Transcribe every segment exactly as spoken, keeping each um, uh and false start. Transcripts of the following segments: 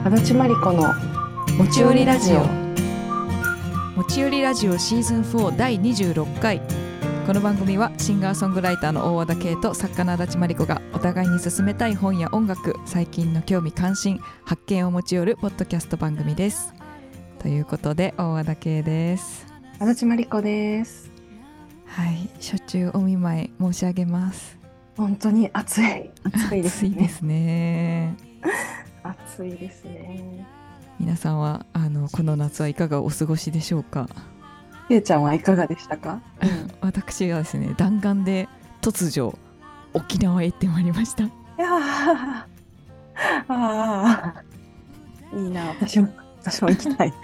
足立真理子の持ち寄りラジオ。 持ち寄りラジオシーズンフォーだいにじゅうろっかい。この番組はシンガーソングライターの大和田圭と作家の足立真理子がお互いに進めたい本や音楽、最近の興味関心発見を持ち寄るポッドキャスト番組です。ということで大和田圭です。 足立真理子です。 はい、初中お見舞い申し上げます。 本当に暑い暑いですね。 暑いですね。 暑いですね。 皆さんはあのこの夏はいかがお過ごしでしょうか。 けいちゃんはいかがでしたか？ うん、私がですね、弾丸で突如沖縄へ行ってまいりました。いやーあーいいな、私も私も行きたい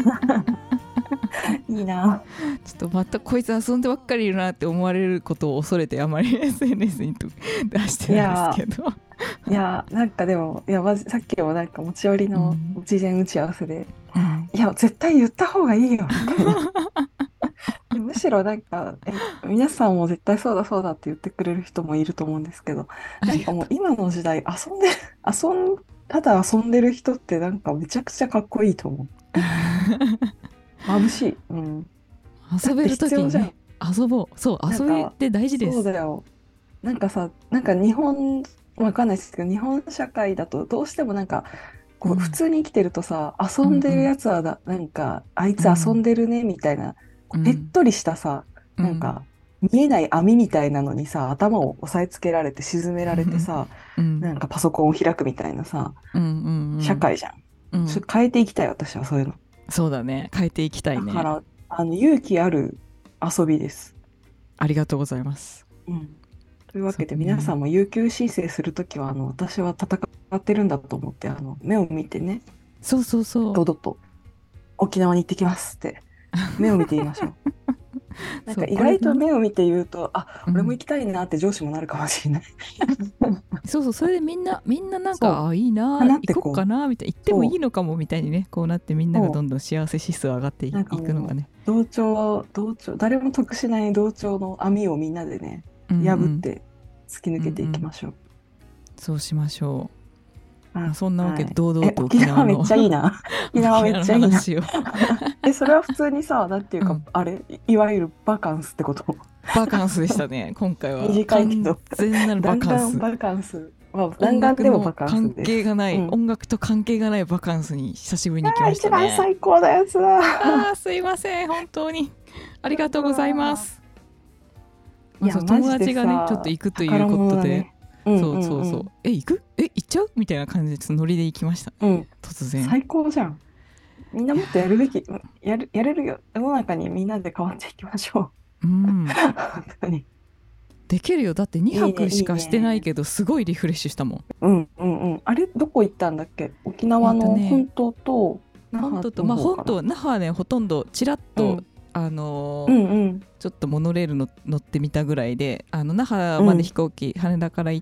いいな。 ちょっとまたこいつ遊んでばっかりいるなって思われることを恐れてあまり エスエヌエス に出してないですけど、 いやなんかでもいやまずさっきもなんか持ち寄りの事前打ち合わせで、うん、いや絶対言った方がいいよみたいなむしろなんかえ皆さんも絶対そうだそうだって言ってくれる人もいると思うんですけど、なんかもう今の時代遊んで遊んただ遊んでる人ってなんかめちゃくちゃかっこいいと思う眩しい、うん、 遊べる時に、ね、遊ぼう。そう遊びって大事です。 そうだよ。なんかさ、なんか日本わかんないですけど、日本社会だとどうしてもなんかこう普通に生きてるとさ、うん、遊んでるやつはだ、うんうん、なんかあいつ遊んでるねみたいな、うん、ぺっとりしたさ、うん、なんか見えない網みたいなのにさ頭を押さえつけられて沈められてさ、うん、なんかパソコンを開くみたいなさ、うんうんうん、社会じゃん、うん、それ変えていきたい。私はそういうの。 そうだね、変えていきたいね。 だからあの勇気ある遊びです。 ありがとうございます、うん、 というわけで皆さんも有給申請するときはあの私は戦ってるんだと思ってあの目を見てね、 そうそうそう、 堂々と沖縄に行ってきますって目を見て言いましょうなんか意外と目を見て言うとあ、うん、俺も行きたいなって上司もなるかもしれないそうそう、それでみんなみんななんかあいいな行こうかなみたいな、行ってもいいのかもみたいにね、こうなってみんながどんどん幸せ指数上がっていくのがね、 同調同調誰も得しない同調の網をみんなでね破って突き抜けていきましょう、うんうん、 そうしましょう。 あ、 そんなわけで、 はい、 堂々と沖縄の沖縄めっちゃいいな沖縄めっちゃいいなえそれは普通にさなんていうか、うん、あれいわゆるバカンスってこと？ バカンスでしたね今回は。 短いけど完全なるバカンス。 バカンス、まあ、弾丸でもバカンスです。 関係がない、うん、音楽と関係がないバカンスに久しぶりに行きましたね。 一番最高なやつだ。 あすいません、本当にありがとうございます。いや、まあ、友達がねちょっと行くということで、ね、そうそうそう、うんうんうん、え行くえ行っちゃうみたいな感じでノリで行きました、うん、突然。 最高じゃん。みんなもっとやるべきやるやれるよ。世の中にみんなで変わっていきましょう。うん本当にできるよ。だってにはくしかしてないけど、いいね、すごいリフレッシュしたもん。 うんうんうん。あれどこ行ったんだっけ？沖縄の本島と那覇の方かな。本島と、まあ、本島那覇はねほとんどちらっと、うん、あのーうんうん、ちょっとモノレールの乗ってみたぐらいで、あの那覇まで飛行機、うん、羽田から行って、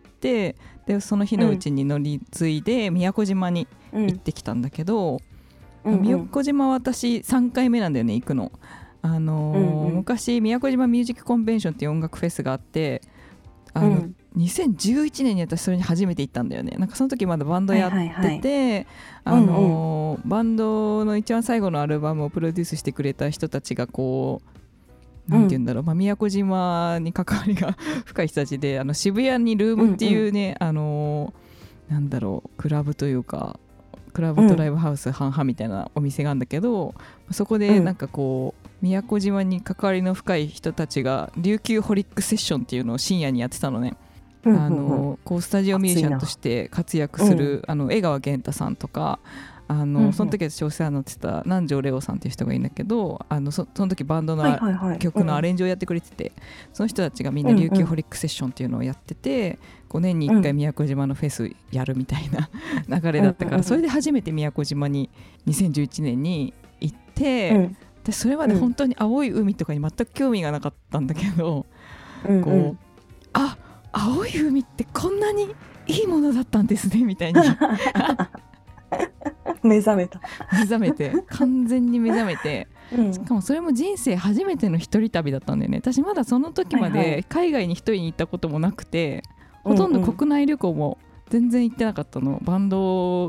でその日のうちに乗り継いで宮古島に行ってきたんだけど、うんうん、宮古島は私さんかいめなんだよね行くの。あのーうんうん、昔宮古島ミュージックコンベンションっていう音楽フェスがあって、あの、うん、にせんじゅういちねんに私それに初めて行ったんだよね。なんかその時まだバンドやってて、あのバンドの一番最後のアルバムをプロデュースしてくれた人たちがこうなんて言うんだろう、うんまあ、宮古島に関わりが深い人たちで、あの渋谷にルームっていうね、うんうん、あのなんだろうクラブというかクラブとライブハウス半々みたいなお店があるんだけど、うん、そこでなんかこう宮古島に関わりの深い人たちが琉球ホリックセッションっていうのを深夜にやってたのね、うんうんうん、あのこうスタジオミュージシャンとして活躍する、うん、あの江川源太さんとか、あの、うんうん、その時私お世話になってた南條レオさんっていう人がいるんだけど、あの そ, その時バンドの、はいはいはい、曲のアレンジをやってくれてて、うん、その人たちがみんな琉球ホリックセッションっていうのをやってて、ごねんにいっかい宮古島のフェスやるみたいな流れだったから、それで初めて宮古島ににせんじゅういちねんに行って、うん、私それまで本当に青い海とかに全く興味がなかったんだけど、うん、こうあ青い海ってこんなにいいものだったんですねみたいに目覚めた目覚めて完全に目覚めて、うん、しかもそれも人生初めての一人旅だったんだよね。私まだその時まで海外に一人に行ったこともなくて、はいはい、ほとんど国内旅行も全然行ってなかったの。バンド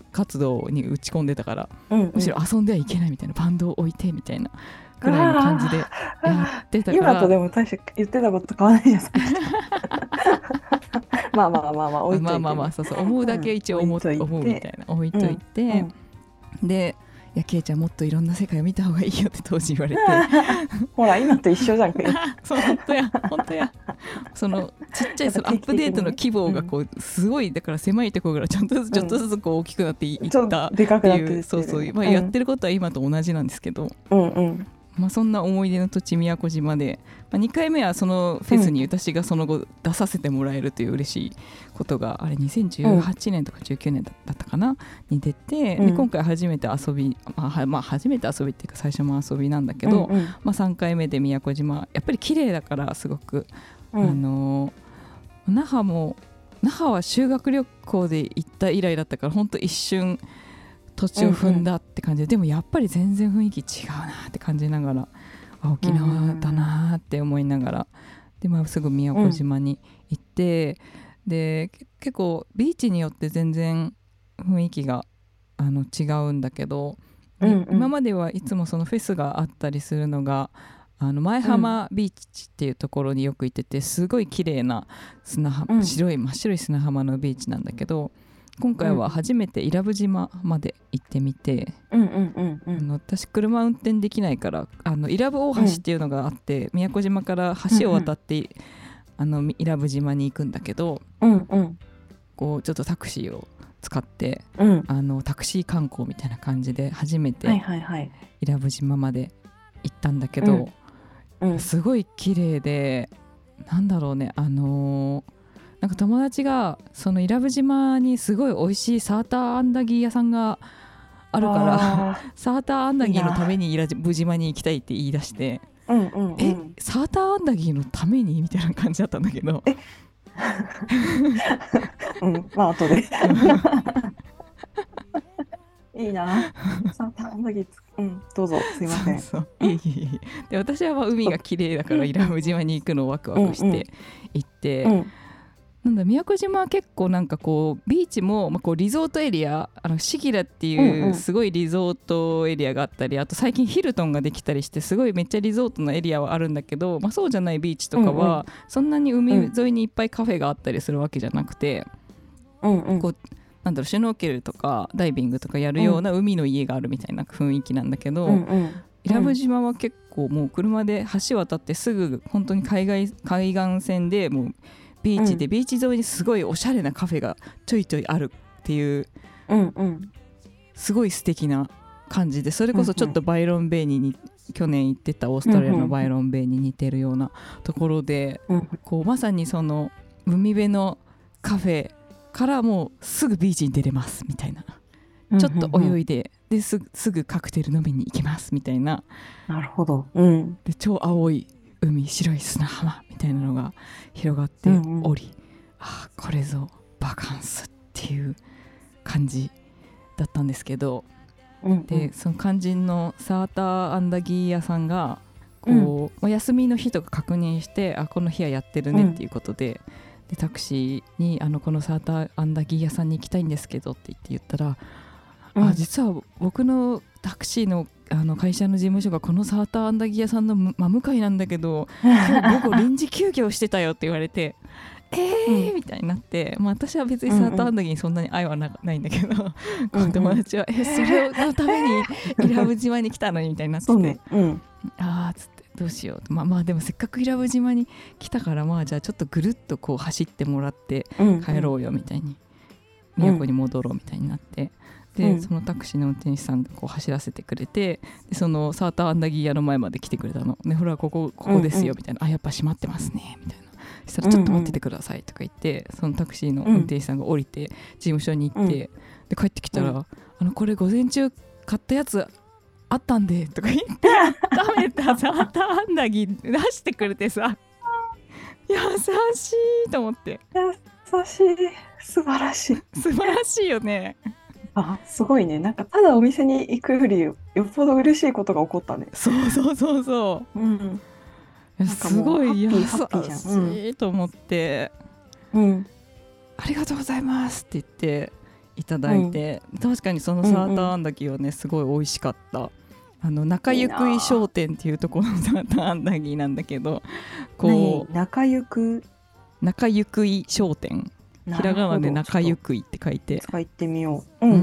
活動に打ち込んでたから、 うんうん、 むしろ遊んではいけないみたいな、バンドを置いてみたいなくらいの感じでやってたから、 今とでも大して言ってたこと変わらないじゃないですかまあまあまあまあ置いといて、 まあまあまあそうそう思うだけ一応思う、うん、思うみたいな置いといて、うんうん、でいやケイちゃんもっといろんな世界を見た方がいいよって当時言われてほら今と一緒じゃんけそう本当や本当やそのちっちゃいそのアップデートの規模がこうすごいだから狭いところからちょっとずつちょっとずつこう大きくなっていったっていう、そうそう、まあ、やってることは今と同じなんですけど、うんうんまあ、そんな思い出の土地宮古島で、まあ、にかいめはそのフェスに私がその後出させてもらえるという嬉しいことがあれにせんじゅうはちねんとかじゅうきゅうねんだったかなに出て、うん、で今回初めて遊び、まあ、まあ初めて遊びっていうか最初も遊びなんだけど、うんうんまあ、さんかいめで宮古島やっぱり綺麗だからすごく、うん、あの那覇も那覇は修学旅行で行った以来だったから本当一瞬土地を踏んだって感じで、うんうん、でもやっぱり全然雰囲気違うなって感じながらあ沖縄だなって思いながらで、まあ、すぐ宮古島に行って、うん、で結構ビーチによって全然雰囲気があの違うんだけど、うんうん、今まではいつもそのフェスがあったりするのがあの前浜ビーチっていうところによく行っててすごい綺麗な砂浜、うん、白い真っ白い砂浜のビーチなんだけど今回は初めて伊良部島まで行ってみて、うんうんうんうん、あの私車運転できないからあの伊良部大橋っていうのがあって、うん、宮古島から橋を渡って、うんうん、あの伊良部島に行くんだけど、うんうん、こうちょっとタクシーを使って、うん、あのタクシー観光みたいな感じで初めて伊良部島まで行ったんだけど、うんうん、すごい綺麗でなんだろうねあのーなんか友達がその伊良部島にすごい美味しいサーターアンダギー屋さんがあるからサーターアンダギーのために伊良部島に行きたいって言い出して、うんうんうん、えサーターアンダギーのためにみたいな感じだったんだけどえうんまあ後でいいなサーターアンダギーうんどうぞすいませんそうそういいいいで私はまあ海が綺麗だから伊良部島に行くのをワクワクして行って、うんうんなんだ宮古島は結構なんかこうビーチも、まあ、こうリゾートエリアあのシギラっていうすごいリゾートエリアがあったり、うんうん、あと最近ヒルトンができたりしてすごいめっちゃリゾートのエリアはあるんだけど、まあ、そうじゃないビーチとかはそんなに海沿いにいっぱいカフェがあったりするわけじゃなくて、うんうん、こうなんだろうシュノーケルとかダイビングとかやるような海の家があるみたいな雰囲気なんだけど、うんうん伊良部島は結構もう車で橋渡ってすぐ本当に海外海岸線でもうビーチで、うん、ビーチ沿いにすごいおしゃれなカフェがちょいちょいあるっていう、うんうん、すごい素敵な感じでそれこそちょっとバイロンベイに、に去年行ってたオーストラリアのバイロンベイに似てるようなところで、うんうん、こうまさにその海辺のカフェからもうすぐビーチに出れますみたいな、うんうんうん、ちょっと泳いでですぐ、すぐカクテル飲みに行きますみたいななるほど、うん、 で超青い海白い砂浜みたいなのが広がっており、うんうん、あこれぞバカンスっていう感じだったんですけど、うんうん、でその肝心のサーターアンダギー屋さんがこう、うん、休みの日とか確認してあこの日はやってるねっていうことで、うん、でタクシーにあのこのサーターアンダギー屋さんに行きたいんですけどって言って言ったら、うん、あ実は僕のタクシーのあの会社の事務所がこのサーターアンダギー屋さんの真向かいなんだけど今日午後臨時休業してたよって言われてえー、うん、みたいになって、まあ、私は別にサーターアンダギーにそんなに愛は な, ないんだけど、うんうん、友達はえそれのために伊良部島に来たのにみたいになってて、ねうん、あーつってどうしようまあまあでもせっかく伊良部島に来たからまあじゃあちょっとぐるっとこう走ってもらって帰ろうよみたいに、うん、都に戻ろうみたいになってで、うん、そのタクシーの運転手さんがこう走らせてくれてでそのサーターアンダギー屋の前まで来てくれたの、ね、ほらここここですよみたいな、うんうん、あやっぱ閉まってますねみたいなそしたらちょっと待っててくださいとか言って、うんうん、そのタクシーの運転手さんが降りて事務所に行って、うん、で帰ってきたら、うん、あのこれ午前中買ったやつあったんでとか言って食べたサーターアンダギー出してくれてさ優しいと思って優しい素晴らしい素晴らしいよねあすごいねなんかただお店に行くよりよっぽど嬉しいことが起こったねそうそうそうそう、うん、すごい優しいと思って、うん、ありがとうございますって言っていただいて、うん、確かにそのサーターアンダギーはねすごい美味しかった。あの中ゆくい商店っていうところのサーターアンダギーなんだけど、 こう中ゆく中ゆくい商店、ひらがなで中ゆくいって書いて使ってみよう。うん、 うんうん、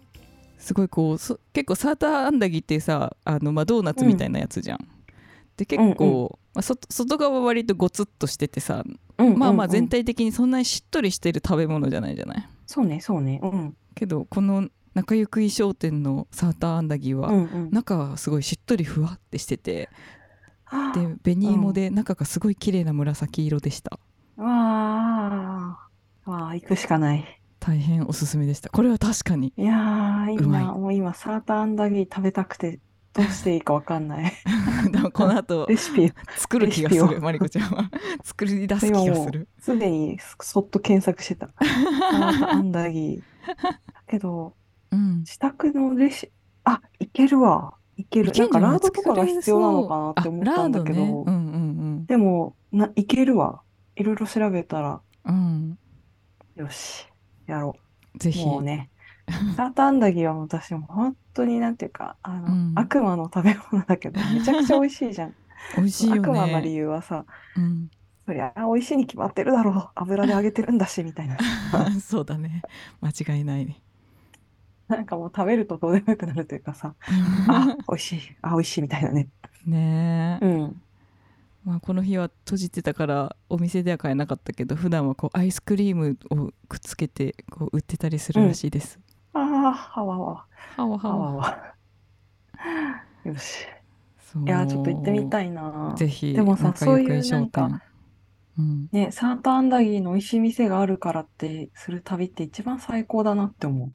すごいこうそ結構サーターアンダギーってさあの、まあ、ドーナツみたいなやつじゃん、うん、で結構、うんうんまあ、外, 外側は割とゴツッとしててさ、うんうんうん、まあまあ全体的にそんなにしっとりしてる食べ物じゃないじゃない。 そうねそうね、うん、 けどこの中ゆくい商店のサーターアンダギーは、うんうん、中はすごいしっとりふわってしてて、で紅芋で中がすごい綺麗な紫色でした、 うん、わーわー行くしかない。 大変おすすめでした。これは確かにいやーいいな。もう今サーターアンダギー食べたくてどうしていいか分かんないでもこの後レシピ作る気がする。マリコちゃんは作り出す気がする。 すでにそっと検索してたサーターアンダギーだけど、うん、自宅のレシあいけるわいける。なんかラードとかが必要なのかなって思ったんだけど、ねうんうんうん、でもないけるわ。いろいろ調べたら、うん、よしやろう。 ぜひもうねサーターアンダギーは私も本当になんていうかあの、うん、悪魔の食べ物だけどめちゃくちゃ美味しいじゃん美味しいよね。 悪魔の理由はさ、うん、そりゃ美味しいに決まってるだろう油で揚げてるんだしみたいなそうだね間違いないね。 なんかもう食べるとどうでもよくなるというかさあ美味しいあ美味しいみたいなね。 ねえ、うんまあ、この日は閉じてたからお店では買えなかったけど普段はこうアイスクリームをくっつけてこう売ってたりするらしいです、 うん、ああはわわはわはわわよしいやちょっと行ってみたいな。 ぜひでもさそういうなんか、うんね、サーターアンダギーの美味しい店があるからってする旅って一番最高だなって思う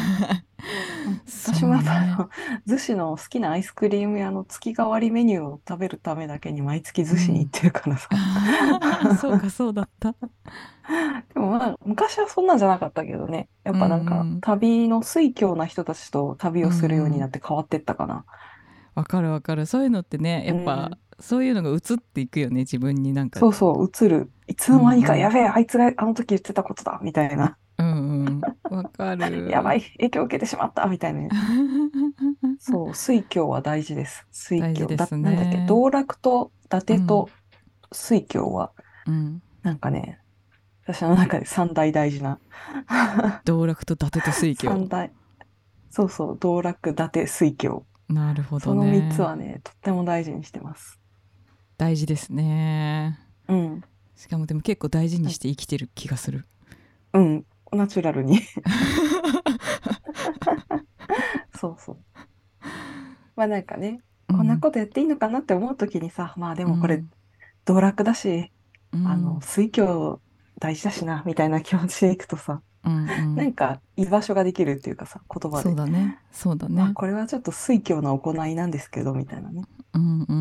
私もさ、ね、逗子の好きなアイスクリーム屋の月替わりメニューを食べるためだけに毎月逗子に行ってるからさ、 うん、そうかそうだったでもまあ昔はそんなんじゃなかったけどねやっぱなんか、うんうん、旅の酔狂な人たちと旅をするようになって変わってったかな。 わかるわかる。そういうのってねやっぱ、うん、そういうのが移っていくよね自分に。なんかそうそう移るいつの間にか、うんうん、やべえあいつがあの時言ってたことだみたいなうんうんわかるやばい影響を受けてしまったみたいなそう酔狂は大事です。酔狂ですね。なんだっけ道楽と伊達と酔狂は、うん、なんかね私の中で三大大事な道楽と伊達と酔狂三大そうそう道楽伊達酔狂なるほどね。 そのみっつはねとっても大事にしてます。 大事ですね。うんしかもでも結構大事にして生きてる気がする。 うんナチュラルにそうそうまあなんかね、うん、こんなことやっていいのかなって思うときにさまあでもこれ、うん、道楽だし、うん、あの酔狂大事だしなみたいな気持ちでいくとさ、うんうん、なんか居場所ができるっていうかさ言葉でそうだねそうだね、 まあ、これはちょっと酔狂な行いなんですけどみたいなね、うんうんうん、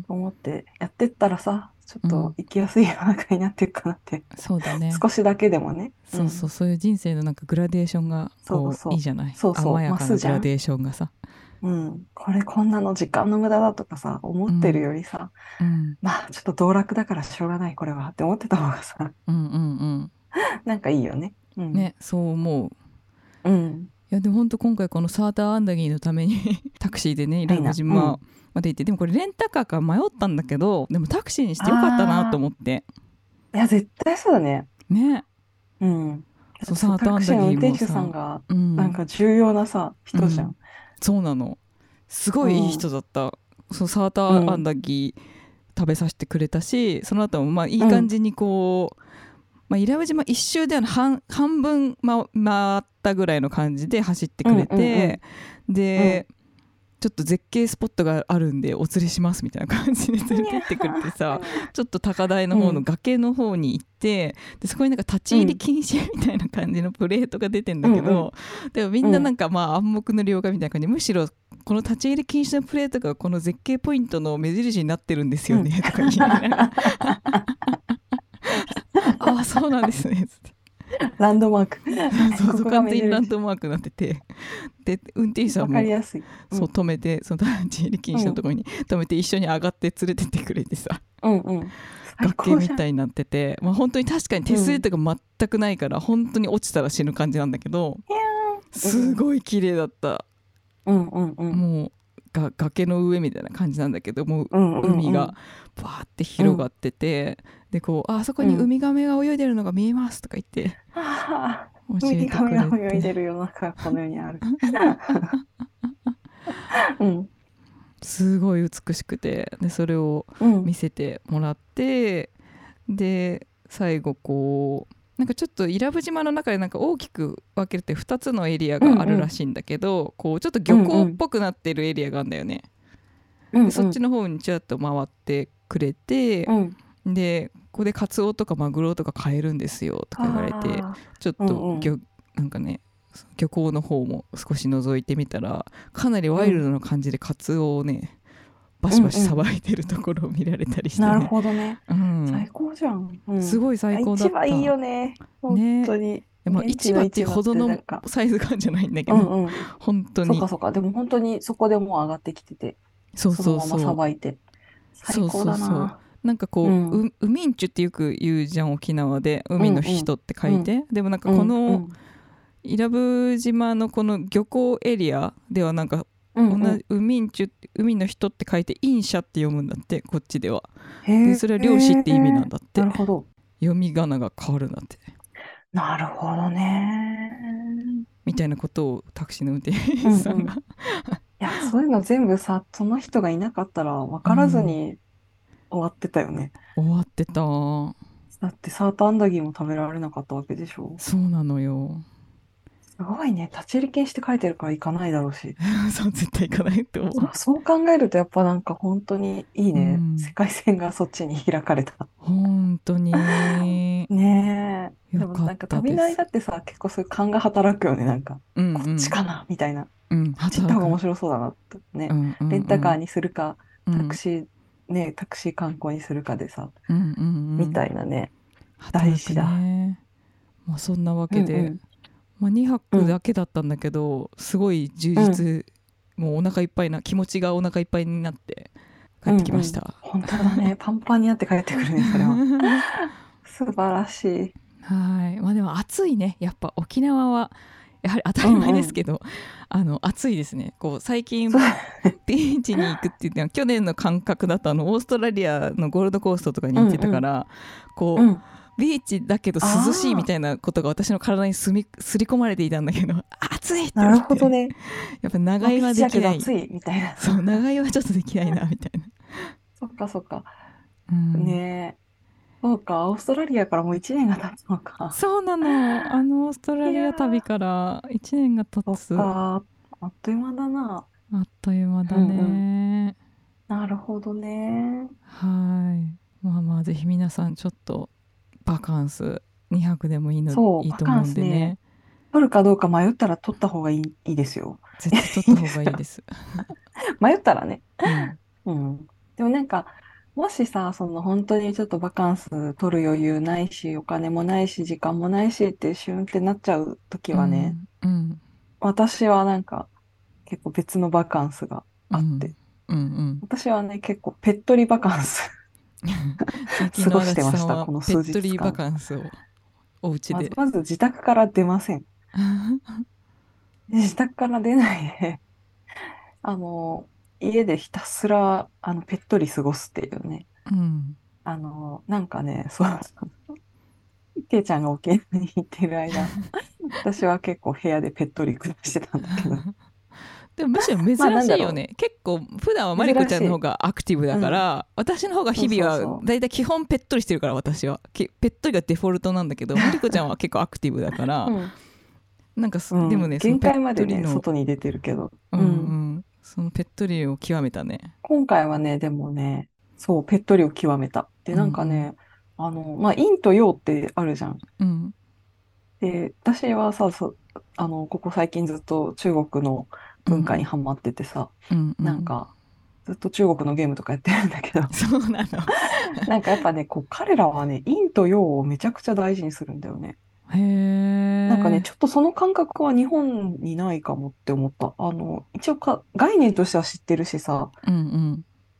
思ってやってったらさちょっと生きやすい世の中になっていくかなって、うん、 そうだね少しだけでもね、 そうそう、うん、そういう人生のなんかグラデーションがこうそうそういいじゃない。そうそう甘やかなグラデーションがさ、 うん、これこんなの時間の無駄だとかさ思ってるよりさ、うん、まあちょっと道楽だからしょうがないこれはって思ってた方がさ、うんうんうん、なんかいいよね、うん、 ねそう思う、うん、いやでも本当今回このサーターアンダギーのためにタクシーでね伊良部島まで行って、うん、でもこれレンタカーか迷ったんだけどでもタクシーにしてよかったなと思って。 いや絶対そうだね。 ねうんそうサーターアンダギーもさタクシーの運転手さんがなんか重要なさ、うん、人じゃん、うん、 そうなのすごいいい人だった、うん、そうサーターアンダギー食べさせてくれたし、うん、その後もまあいい感じにこう、うんまあ、伊良部島一周では 半, 半分、ま、回ったぐらいの感じで走ってくれて、うんうんうん、で、うん、ちょっと絶景スポットがあるんでお連れしますみたいな感じで連れてってくれてさちょっと高台の方の崖の方に行って、うん、でそこになんか立ち入り禁止みたいな感じのプレートが出てんだけど、うんうん、でもみんななんかまあ暗黙の了解みたいな感じでむしろこの立ち入り禁止のプレートがこの絶景ポイントの目印になってるんですよね、うん、とか言いながらああそうなんですねつってランドマークそうそう完全にランドマークになっててで運転手さんも分かりやすい、 うん、そう止めてその立ち入り禁止のところに止めて一緒に上がって連れてってくれてさ、 うんうん崖みたいになってて、まあ、本当に確かに手すりとか全くないから、うん、本当に落ちたら死ぬ感じなんだけど、すごい綺麗だった、 うんうんうん、 もうが崖の上みたいな感じなんだけども、うんうんうん、海がバーって広がってて、うん、でこう あ, あそこにウミガメが泳いでるのが見えますとか言って教えてくれて、ウミガメが泳いでる世の中がこの世にある、 うん、すごい美しくて、でそれを見せてもらって、うん、で最後こうなんかちょっと伊良部島の中でなんか大きく分けてふたつのエリアがあるらしいんだけど、うんうん、こうちょっと漁港っぽくなってるエリアがあるんだよね、うんうん、でそっちの方にちょっと回ってくれて、うん、でここでカツオとかマグロとか買えるんですよとか言われて、ちょっと漁、うんうん、なんかね漁港の方も少し覗いてみたらかなりワイルドな感じでカツオをね、バシバシさばいてるところを見られたりして、ね、 なるほどね、うん、最高じゃん、 うん、すごい最高だった。 市場いいよね本当に、ね、 まあ、市場っていうほどのサイズ感じゃないんだけど、うんうん、本当にそうかそうか、でも本当にそこでもう上がってきてて、 そうそうそう、 そのままさばいて最高だな。 そうそうそう、なんかこう、うん、ウミンチュってよく言うじゃん沖縄で、海の人って書いて、うんうん、でもなんかこの伊良部島のこの漁港エリアではなんか同じ、うんうん、ウミンチュって海の人って書いてインシャって読むんだって、こっちでは。でそれは漁師って意味なんだって。 なるほど、 読み仮名が変わるんだって。 なるほどねみたいなことをタクシーの運転手さんが、うんうん、いやそういうの全部さ、その人がいなかったら分からずに終わってたよね、 うん、終わってた。 だってサーターアンダギーも食べられなかったわけでしょ。 そうなのよ。 すごいね、立ち入り禁止って書いてるから行かないだろうしそう絶対行かないって思う。 そう考えるとやっぱなんか本当にいいね、うん、世界線がそっちに開かれた。 本当にねえ、でもなんか旅の間ってさ結構そういう勘が働くよね、なんか、うんうん、こっちかなみたいな、うん、こっち行った方が面白そうだなってね、うんうんうん、レンタカーにするかタクシー、うん、ねタクシー観光にするかでさ、うんうんうん、みたいなね、大事だ、 ね、まあ、そんなわけで、うんうん、まあ、にはくだけだったんだけど、うん、すごい充実、うん、もうお腹いっぱいな気持ちがお腹いっぱいになって帰ってきました、 うんうん、本当だねパンパンになって帰ってくるねそれは素晴らしい。 はい、まあ、でも暑いね、やっぱ沖縄はやはり当たり前ですけど、うんうん、あの暑いですね。こう最近ビーチに行くっていうのは去年の感覚だとあのオーストラリアのゴールドコーストとかに行ってたから、うんうん、こう、うん、ビーチだけど涼しいみたいなことが私の体にすみすり込まれていたんだけど、暑いってなるほどね。 やっぱ長居はできない。 暑いみたいな。 そう長居はちょっとできないなみたいな。 そっかそっか。うん、ねえ。そうか、オーストラリアからもういちねんが経つのか。 そうなの。あのオーストラリア旅からいちねんが経つ。 そっか、あっという間だな。 あっという間だね。うんうん、 なるほどね。 はい。まあまあぜひ皆さんちょっとバカンスにはくでもいいのいいと思うんでね。ね取るかどうか迷ったら取った方がいい、いいですよ。 絶対取った方がいいです。 迷ったらね。うん。うん、でもなんかもしさ、その本当にちょっとバカンス取る余裕ないし、お金もないし、時間もないしってシュンってなっちゃうときはね、うんうん、私はなんか結構別のバカンスがあって、うんうんうん、私はね、結構ペットリバカンス過ごしてました、この数日間。 ペットリバカンスをお家で。 まず、まず自宅から出ません。自宅から出ないで、あの、家でひたすらあのペットリ過ごすっていうね。うん、あの、なんかね、そうそう。けいちゃんが沖縄に行ってる間、私は結構部屋でペットリ暮らしてたんだけど。 でもむしろ珍しいよね。結構普段はマリコちゃんの方がアクティブだから、うん、私の方が日々はだいたい基本ペットリしてるから、私はペットリがデフォルトなんだけどマリコちゃんは結構アクティブだから、うん、なんか、うん、でもね限界までね外に出てるけど、 うんうん、そのペットリを極めたね。 今回はねでもねそうペットリを極めた。でなんかね、うんうん、あのまあ陰と陽ってあるじゃん。うん、で私はさそあのここ最近ずっと中国の文化にハマっててさ、うんうん、なんかずっと中国のゲームとかやってるんだけど、 そうなのなんかやっぱねこう彼らはね陰と陽をめちゃくちゃ大事にするんだよね。 へー。 なんかねちょっとその感覚は日本にないかもって思った。あの一応か概念としては知ってるしさ、うんうん、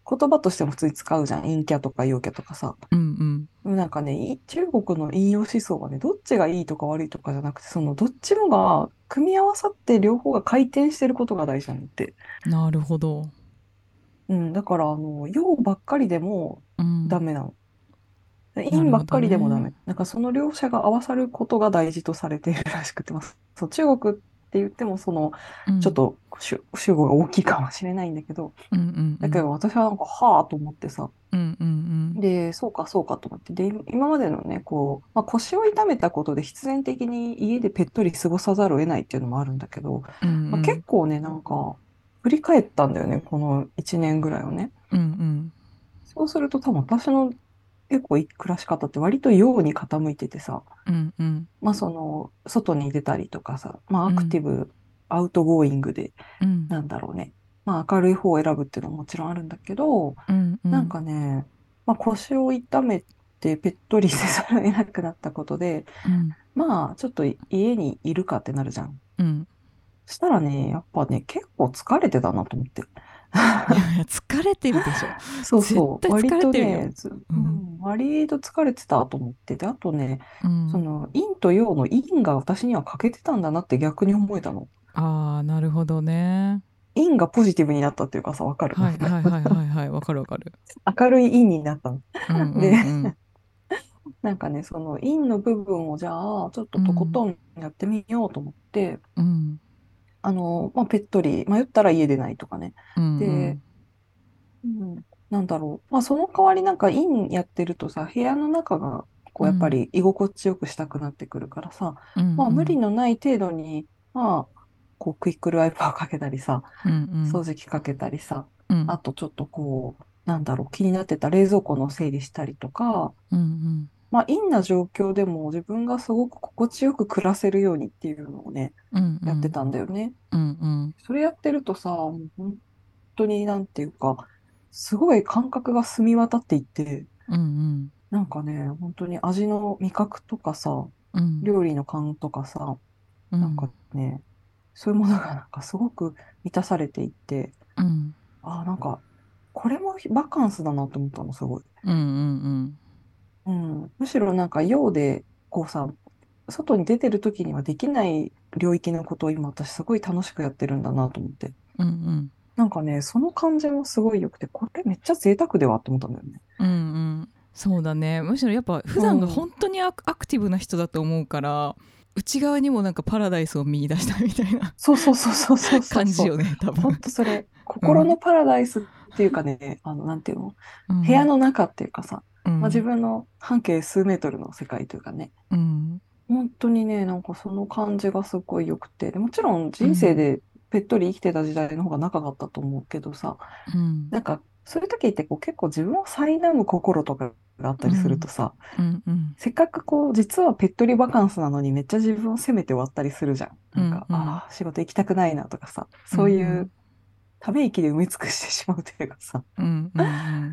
言葉としても普通に使うじゃん。陰キャとか陽キャとかさ。 うんでもなんかね、い中国の引用思想はね、どっちがいいとか悪いとかじゃなくて、そのどっちもが組み合わさって両方が回転してることが大事なんだって。 うん。なるほど。 うん、だからあの、陽ばっかりでもうん。 ダメなの。 なるほど陰ばっかりでもダね。 メ。なんかその両者が合わさることが大事とされているらしくてます。そう、中国って言ってもその、 うん。 ちょっと主主語が大きいかもしれないんだけど、 うんうんうだけん。 ど私はなんか、はぁと思ってさ、 うんうんで、そうかそうかと思って、で、今までのね、こう、まあ、腰を痛めたことで必然的に家でぺっとり過ごさざるを得ないっていうのもあるんだけど、 うん。うんまあ、 うん。 結構ね、なんか、振り返ったんだよね、このいちねんぐらいをね。 うんうん。 そうすると多分私の結構暮らし方って割と陽に傾いててさ、 うんうん。 まあその、外に出たりとかさ、まあアクテうんィブ、アウトゴーイングで、 うん。 なんだろうね。まあ明るい方を選ぶっていうのももちろんあるんだけど、 うんうなんん。 かね、まあ腰を痛めてぺっとりせざるを得なくなったことで、 うん。 まあちょっと家にいるかってなるじゃん。 うん。 したらね、やっぱね、結構疲れてたなと思って。 いやいや、疲れてるでしょ。 そうそう。 絶対疲割れてるよ。 とね、ずうん。 うん、割と疲れてたと思ってて、あとね、 うん。 その、陰と陽の陰が私には欠けてたんだなって逆に思えたの。 ああ、なるほどね。 陰がポジティブになったっていうかさ、わかる？なんかはいはいはいはいはい。わかるわかる。 明るい陰になったの。 うんうで、 んなんかね、その陰の部分をじゃあ、ちょっとうん。うん。 とことんやってみようと思って、 うん。 あの、まあ、ぺっとり、迷ったら家出ないとかね。 うんうで、 ん。 うん、なんだろう。まあ、その代わりなんか陰やってるとさ、部屋の中が、こう、やっぱうん。 り居心地よくしたくなってくるからさ、 うんうまあ、無理ん。 のない程度に、まあ、こう、クイックルワイパーかけたりさ、 うんうん。 掃除機かけたりさ、 うん。 あとちょっとこう、なんだろう、気になってた冷蔵庫の整理したりとか、 うんうん。 まあ、陰な状況でも自分がすごく心地よく暮らせるようにっていうのをね、 うんうん。 やってたんだよね。 うんうん。 それやってるとさ、もう本当になんていうか、すごい感覚が澄み渡っていって、 うんうん。 なんかね、本当に味の味覚とかさ、 うん。 料理の感とかさ、なんかうん。 ね、そういうものがなんかすごく満たされていって、 うん。 ああ、なんか、これもバカンスだなと思ったの、すごい。 うんうんうん。むしろなんか陽で、こうさ、外に出てる時にはできない領域のことを今私すごい楽しくやってるんだなと思って。 うん。うんなんかね、その感じもすごい良くて、これめっちゃ贅沢ではって思ったんだよね。 うん。うんうん。そうだね。むしろやっぱ普段がうん。 本当にアクアクティブな人だと思うから、内側にもなんかパラダイスを見出したみたいなそうそうそうそうそうそうそう。 感じよね、多ほん分。 とそれ、 うん。 心のパラダイスっていうかね、あの、なんていうの、部屋うん。 の中っていうかさ、まあ、自うん。 分の半径数メートルの世界というかね、 うん。 本当にね、なんかその感じがすごい良くて、でもちろんうん。 人生でぺっとり生きてた時代の方が長かったと思うけどさ、 うん。 なんかそういう時ってこう結構自分を苛む心とかがあったりするうん。 とさ、 うん。うん。 せっかくこう実はぺっとりバカンスなのにめっちゃ自分を責めて終わったりするじゃん。 うなんか、 ん。 ああ、仕事行きたくないなとかさ、 うん。 そういううん。 ため息で埋め尽くしてしまうというかさ。 うん。うん。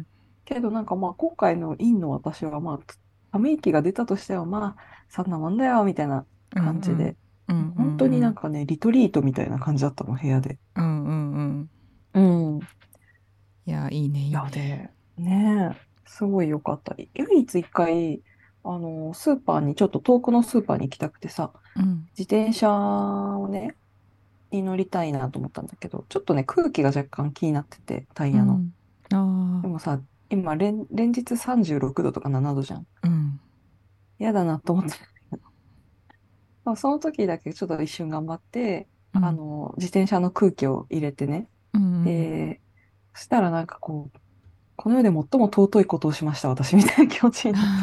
けどなんかまあ今回のインの私はまあ、ため息が出たとしてはまあ、そんなもんだよ、みたいなうん。うん。 感じで。 うん。う本当になんん。 かね、リトリートみたいな感じだったの、部屋で。 うん。うん。 うん。いいや、いいね、いいや、 ね。 で、ねえ、すごい良かった。唯一一回、あの、スーパーに、ちょっと遠くのスーパーに行きたくてさ、 うん。 自転車をね、に乗りたいなと思ったんだけど、ちょっとね、空気が若干気になってて、タイヤの。 うん。ああ。 でもさ、今連、連日さんじゅうろくどとかななどじゃん。 うん。 嫌だなと思ってたんだけど。まあその時だけちょっと一瞬頑張って、 うん。 あの、自転車の空気を入れてね。 うん。 で、そしたらなんかこう、この世で最も尊いことをしました、私、みたいな気持ちになって。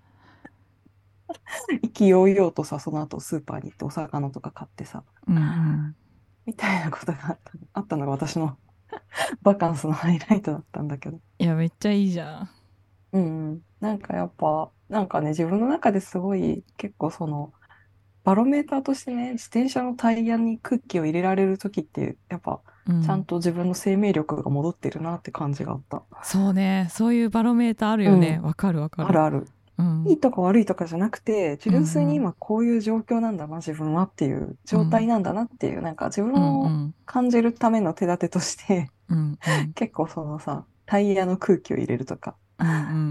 意気揚々とさ、その後スーパーに行ってお魚とか買ってさ、 うん。うん。 みたいなことがあったあったのが私のバカンスのハイライトだったんだけど。 いや、めっちゃいいじゃん。 うんうん。なんかやっぱ、なんかね、自分の中ですごい結構その、バロメーターとしてね、自転車のタイヤに空気を入れられる時って、やっぱ、ちゃんうん。 と自分の生命力が戻ってるなって感じがあった。 そうね。そういうバロメーターあるよね。 うん。 わかるわかる。 あるある。 うん。 いいとか悪いとかじゃなくて、 うんう純粋にん。 今こういう状況なんだな、自分はっていう状態うん。 なんだなっていう、なんか自うんう分をん。 感じるための手立てとしてうんうん。 結構そのさ、 タイヤの空気を入れるとか、 うんうん、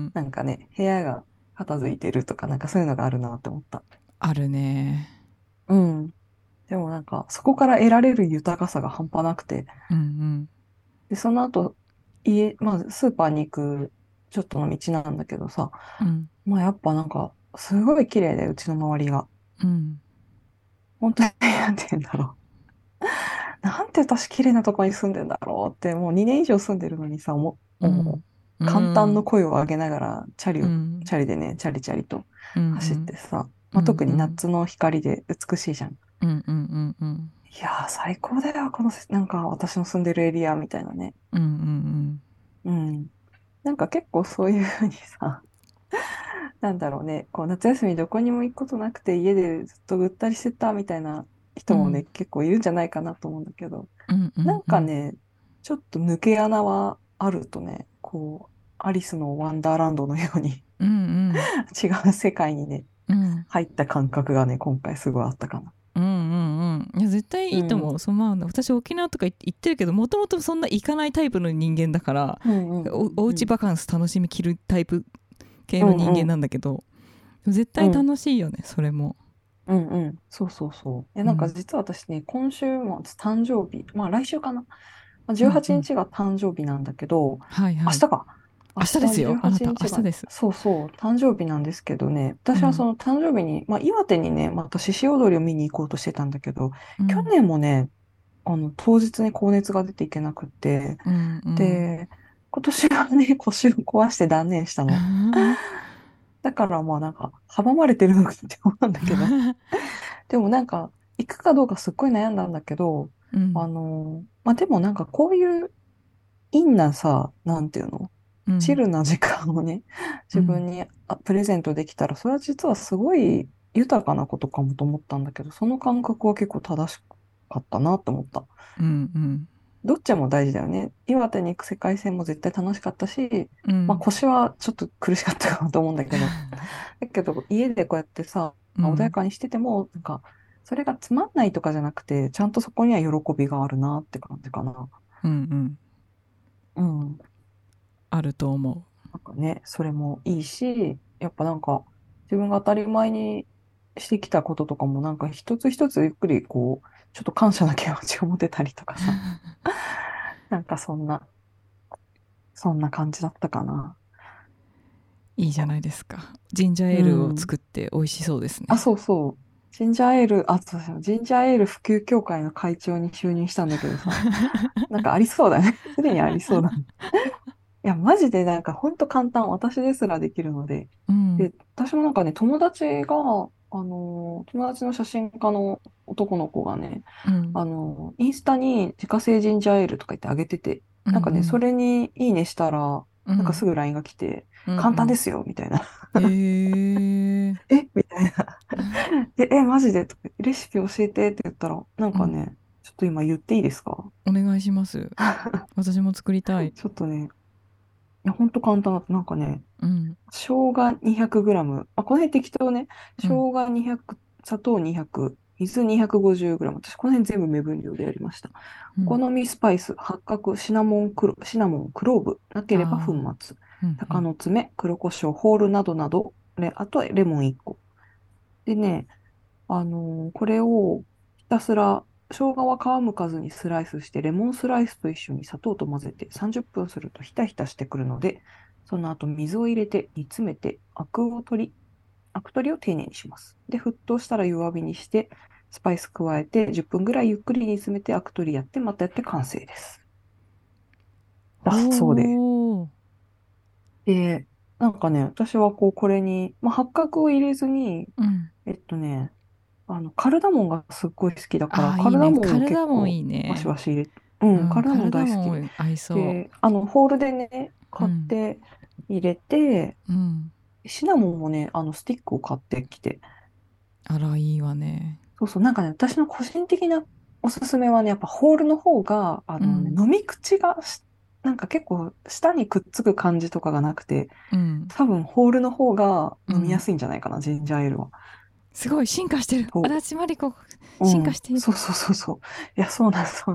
なんかね、部屋が片付いてるとか、なんかそういうのがあるなって思った。 あるね。 うん。でもなんか、そこから得られる豊かさが半端なくて、 うんうんで、その後、家、まあ、スーパーに行くちょっとの道なんだけどさ、 うんまあやっぱなんか、すごい綺麗で、うちの周りが。 うん、 本当に、なんて言うんだろう。なんて私綺麗なとこに住んでんだろうって、もうにねん以上住んでるのにさ、もう、もうんう簡単の声を上げながら、チャリうを、 んチャリでね、チャリチャリとうんう走っんてさ、 うまあ、特にん夏の光で美しいじゃん。 うんうんうんいやー、最高だよ、このせ、なんか私の住んでるエリアみたいなね。 うんうんうん。なんか結構そういうふうにさ、なんだろうね、こう夏休みどこにも行くことなくて家でずっとぐったりしてたみたいな人もね、 うん結構いるんじゃないかなと思うんだけど、 うんうなんんうんかね、ちょっと抜け穴はあるとね、こう、アリスのワンダーランドのようにうんうん違う世界にね、 うん入った感覚がね、今回すごいあったかな。 うんうんうん、いや絶対いいと思う。 うん。 そのまあ私沖縄とか行行ってるけど、もともとそんな行かないタイプの人間だから、 うんうんお、おうちうんバカンス楽しみきるタイプ系うん。 の人間うんうん。 なんだけど、絶対うん。 楽しいよね、それも。 うんうん。そうそうそう。いや、なんかうん実は私ね、今週末誕生日、まあ来週かな。まあ18 うんうん、 日が誕生日なんだけど、 はいはい。 明日か。明明日です日18 よ、あなた明日が、 日です。 そうそう、誕生日なんですけどね、私はそうんの誕生日に、まあ岩手にね、また獅子踊りを見に行こうとしてたんだけど、去うん年もね、あの、当日に高熱が出ていけなくって、 うんうんで、今年はね、腰を壊して断念したの。 あだからまあなんか、阻まれてるのかって思うんだけど、 ーでもなんか、行くかどうかすっごい悩んだんだけど、あうんの、まあでもなんかこういうインなさ、なんていうのうんチルな時間をね、自うん分にあプレゼントできたら、それは実はすごい豊かなことかもと思ったんだけど、その感覚は結構正しかったなと思った。 うんうんどっちも大事だよね。岩手に行く世界線も絶対楽しかったし、まあうん腰はちょっと苦しかったかなと思うんだけど、だけど家でこうやってさ、穏やうんかにしてても、なんか、それがつまんないとかじゃなくて、ちゃんとそこには喜びがあるなって感じかな。 うんうんうん。 あると思なんかね、それもいいし、やっぱなんか、自分が当たり前にしてきたこととかも、なんか一つ一つゆっくりこう、ちょっと感謝な気持ちを持てたりとかさ、なんかそんな、そんな感じだったかな。 う。いいじゃないですか。ジンジャーエうールをん。 作って美味しそうですあ、 ね。 そうそう。ジンジャーエール、あ、そうそう、ジンジャーエール普及協会の会長に就任したんだけどさ、なんかありそうだね。すでにありそうだね。いや、マジでなんかほんと簡単。私ですらできるので。 うんで、私もなんかね、友達が、あのー、友達の写真家の男の子がね、 うんあのー、インスタに自家製ジンジャーエールとか言ってあげてて、 うなんかね、そんれにいいねしたら、 うんなんかすぐ ライン が来て、 うんうん簡単ですよ、みたいな。 へええみたいな。で、え、マジでとかレシピ教えてって言ったら、なんうん、 かね、ちょっと今言っていいですか？ お願いします。私も作りたい。 ちょっとね、いや、ほんと簡単だった。なんかね、 うん生姜 にひゃくグラム。あ、この辺適当ね。 うん生姜にひゃく、砂糖にひゃく、水 にひゃくごじゅうグラム。私、この辺全部目分量でやりました。お好うん、 みスパイス、八角、シナモンクロ、シナモン、クローブ、なければ粉ああ末、 うんうん鷹の爪、黒胡椒、ホールなどなど、ね、あとはレモンいっこ。でね、あのーこれをひたすら、生姜は皮むかずにスライスして、レモンスライスと一緒に砂糖と混ぜてさんじゅっぷんするとひたひたしてくるので、その後水を入れて煮詰めてアクを取り、アク取りを丁寧にします。で、沸騰したら弱火にして、スパイス加えてじゅっぷんぐらいゆっくり煮詰めてアク取りやって、またやって完成です。だそうで。 ほうで、なんかね、私はこう、これに、まあ、八角を入れずに、 うんえっとね、あの、カルダモンがすっごい好きだから、 ああいいね、 カルダモンをカルダモンい結構いわしね。 わし入れ、ううん、カんカルルダモン大好き。 ダモン合いそで、あの、ホールでね、 う。うん買って入れて、 うんシナモンもね、あの、スティックを買ってきて、 あらいいわね。 そうそう、なんかね、私の個人的なおすすめはね、やっぱホールの方が、あのね、 うん飲み口がし、なんか結構舌にくっつく感じとかがなくて、 うん多分ホールの方がうん飲みやすいんじゃないかな、ジンジャーエールは。 すごい進化してる。足と、 立真理子うん、 進化している。 そうそうそうそう。いや、そうなんです、そうなんです。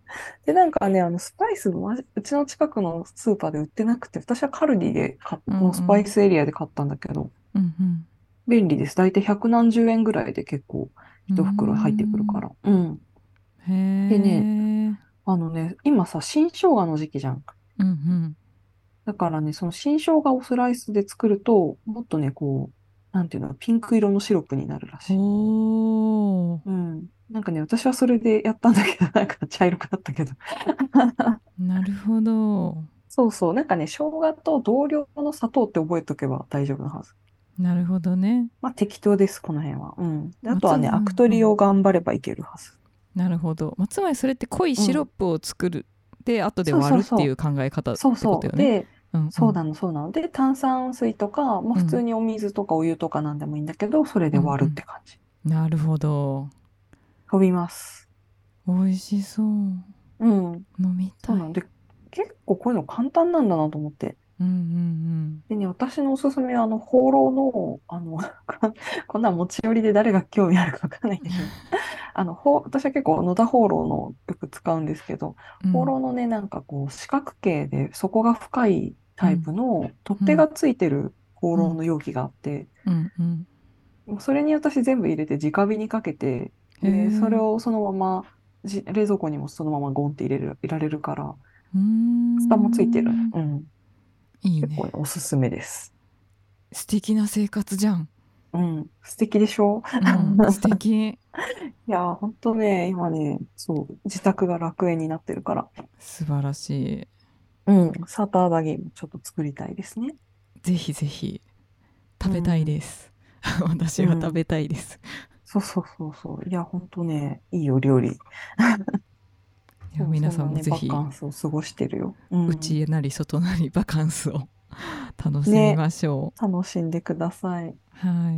で、なんかね、あの、スパイスもまじうちの近くのスーパーで売ってなくて、私はカルディで買っうんうのスパイんスエリアで買ったんだけど、 うん便利です。だいたい百何十円ぐらいで結構うん。うー一袋入ってくるかん。 ら。うん。 へでね、 え。 あのね、今さ、新生姜の時期じゃん。 うんだからね、その新生姜をスライスで作ると、もっとね、こう、なんていうの、ピンク色のシロップになるらうん。 しい。 おー。 うん。なんかね、私はそれでやったんだけど、なんか茶色くなったけど。 なるほど。 そうそう。なんかね、生姜と同量の砂糖って覚えとけば大丈夫なはず。 なるほどね。 まあ適当です、この辺は。うん。であまあ、つ、うとはね、アクんうん。 取りを頑張ればいけるはず。 なるほど。まあ、つまりそれって濃いシロッうん。 プを作る。で、後でそうそ割るっていうそう。 う考え方ってことそうそう。 よね。 で、 うんうん。 そうなの、そうなの。で、炭酸水とか、まあうん。 普通にお水とかお湯とかなんでもいいんだけど、それで割るってうんうん。 感じ。 なるほど。 飛びます。 美味しそう。 うん。 飲みたい。 そうなの。で、結構こういうの簡単なんだなと思って。 うんうんでね、私のおすすめは、あの、放浪の、あの、こんなん持ち寄りで誰が興味あるかわかんないんだけど、あの、ほう、私は結構野田放浪のよく使うんですけど、 うん。うん放浪のね、なんかこう、四角形で底が深いタイうんプの取っうん手がついてる放うん浪の容器があって、 うんうん。 もうそれに私全部入れて直火にかけて、 へで、それえ。 をそのまま、じ冷蔵庫にもそのままゴンって入れる、いられるから、 うー蓋もついてる。 ん。 うん。結構ね、 いいね。 おすすめです。 素敵な生活じゃん。 うん。素敵でしょ？ うん、素敵。 いやー、ほんとね、今ね、そう、自宅が楽園になってるから。 素晴らしい。 うん。サーターアンダギーもちょっと作りたいですね。 ぜひぜひ食べたいうん。 です。私は食べうん。 たいです。 そうそうそうそう。いや、ほんとね、いいお料理。 いや、 そう、 皆さんそんなね、 もぜひ、 バカンスを過ごしてるよ。うん。 内なり外なりバカンスを楽しみね、 ましょ楽しんでください。 う。はい。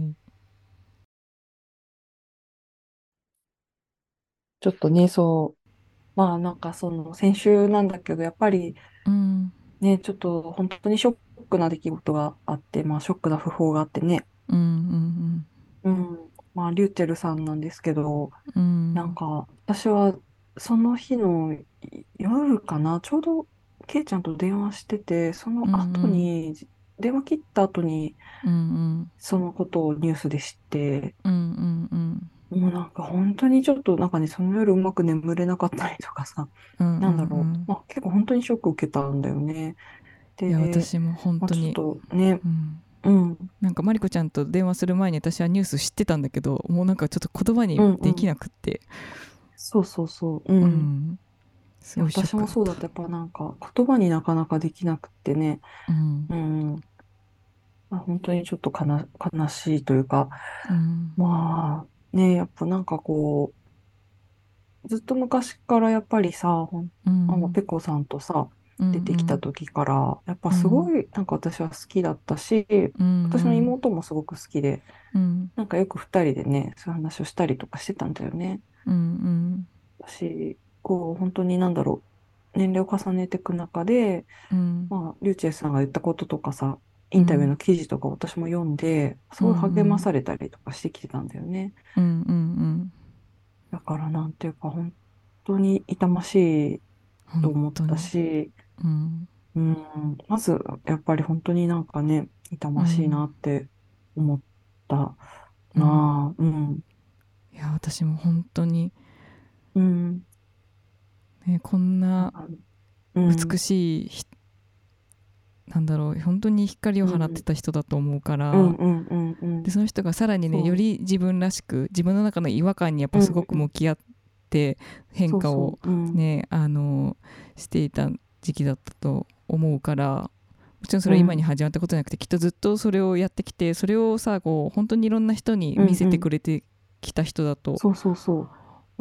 ちょっとね、そう、まあなんかその先週なんだけど、やっぱりうん、 ね、ちょっと本当にショックな出来事があって、まあショックな訃報があってね、 うん、 うん、まあリューチェルさんなんですけど、 うん、うん、 なんか私はその日の夜かな、ちょうどケイちゃんと電話してて、そのうん、う後ん、 に、電話切った後にうん、うん、 そのことをニュースで知って、 うん、うん、 もうなんか本当にちょっとなんかね、その夜うまく眠れなかったりとかさ、 うん、うん、うなんだろう。 ん。 まあ結構本当にショック受けたんだよね。 いや、 で、 私も本まあちょっ当に、 とね、 うん。 うん、 なんかマリコちゃんと電話する前に私はニュース知ってたんだけど、もうなんかちょっと言葉にうん、うん。 できなくって、 そうそうそう、ううん。いん、すや、 ごいショッ私クだった。 もそうだった。やっぱなんか言葉になかなかできなくってね、 うん、 うん。まあ、本当にちょっとかな、悲しいというか、 うん、 まあ、ね、やっぱなんかこう、ずっと昔からやっぱりさ、ほん、 うあの、 ん、 ペコさんとさ、 うん、う出てきたん、 時から、やっぱうん、 すごい、なんか私は好きだったし、 うん、う私のん、 妹もすごく好きで、 うん、 なんかよく二人でね、そういう話をしたりとかしてたんだよね。 うん、 私、こう、本当になんだろう、年齢を重ねていく中で、 うん、 まあ、リュウチェルさんが言ったこととかさ、インタビューうん、 の記事とか私も読んで、すうん、うごい励まん、 されたりとかしてきてたんだよね。 うん、うん、 だからなんていうか、本当に痛ましいと本思った当に、 し、 うん、 うん、まず、やっぱり本当になんかね、痛ましいうん、 なって思ったうん。 なあ、うん、 いや、私も本当に、 うん、 ね、こんななんか、うん、 美しい、なんだろう、本当に光を放ってうん、 た人だと思うかうん、 ら、 うん、うん、うん、 でその人がさらにね、よそり自分らしく、自分の中の違和感にやっう、うん、 ぱすごくうん、 向き合って変化をそうそう、うん、 ね、あのしていた時期だったと思うから、もちろんそれは今にうん、 始まったことじゃなくて、きっとずっとそれをやってきて、それをさ、こう本当にいろんな人にうん、 見せてくうん、 れてきた人だとそうそうそう、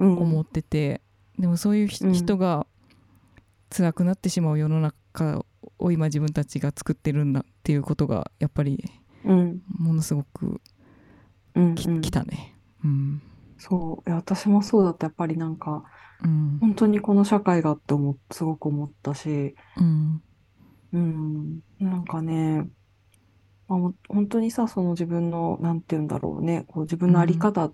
う思っん、 てて、でもそういううん、 人が辛くなってしまう世の中を今自分たちが作ってるんだっていうことがやっぱりうん、 ものすごくうん、 き、きうん。 たね。うん。 そう。いや、私もそうだった。やっぱりなんか、 うん。 本当にこの社会がって思っ、すごく思ったし、 うん。 うん、なんかね、まあ、もう本当にさ、その自分の、なんて言うんだろうね、こう自分のありうん。 方っ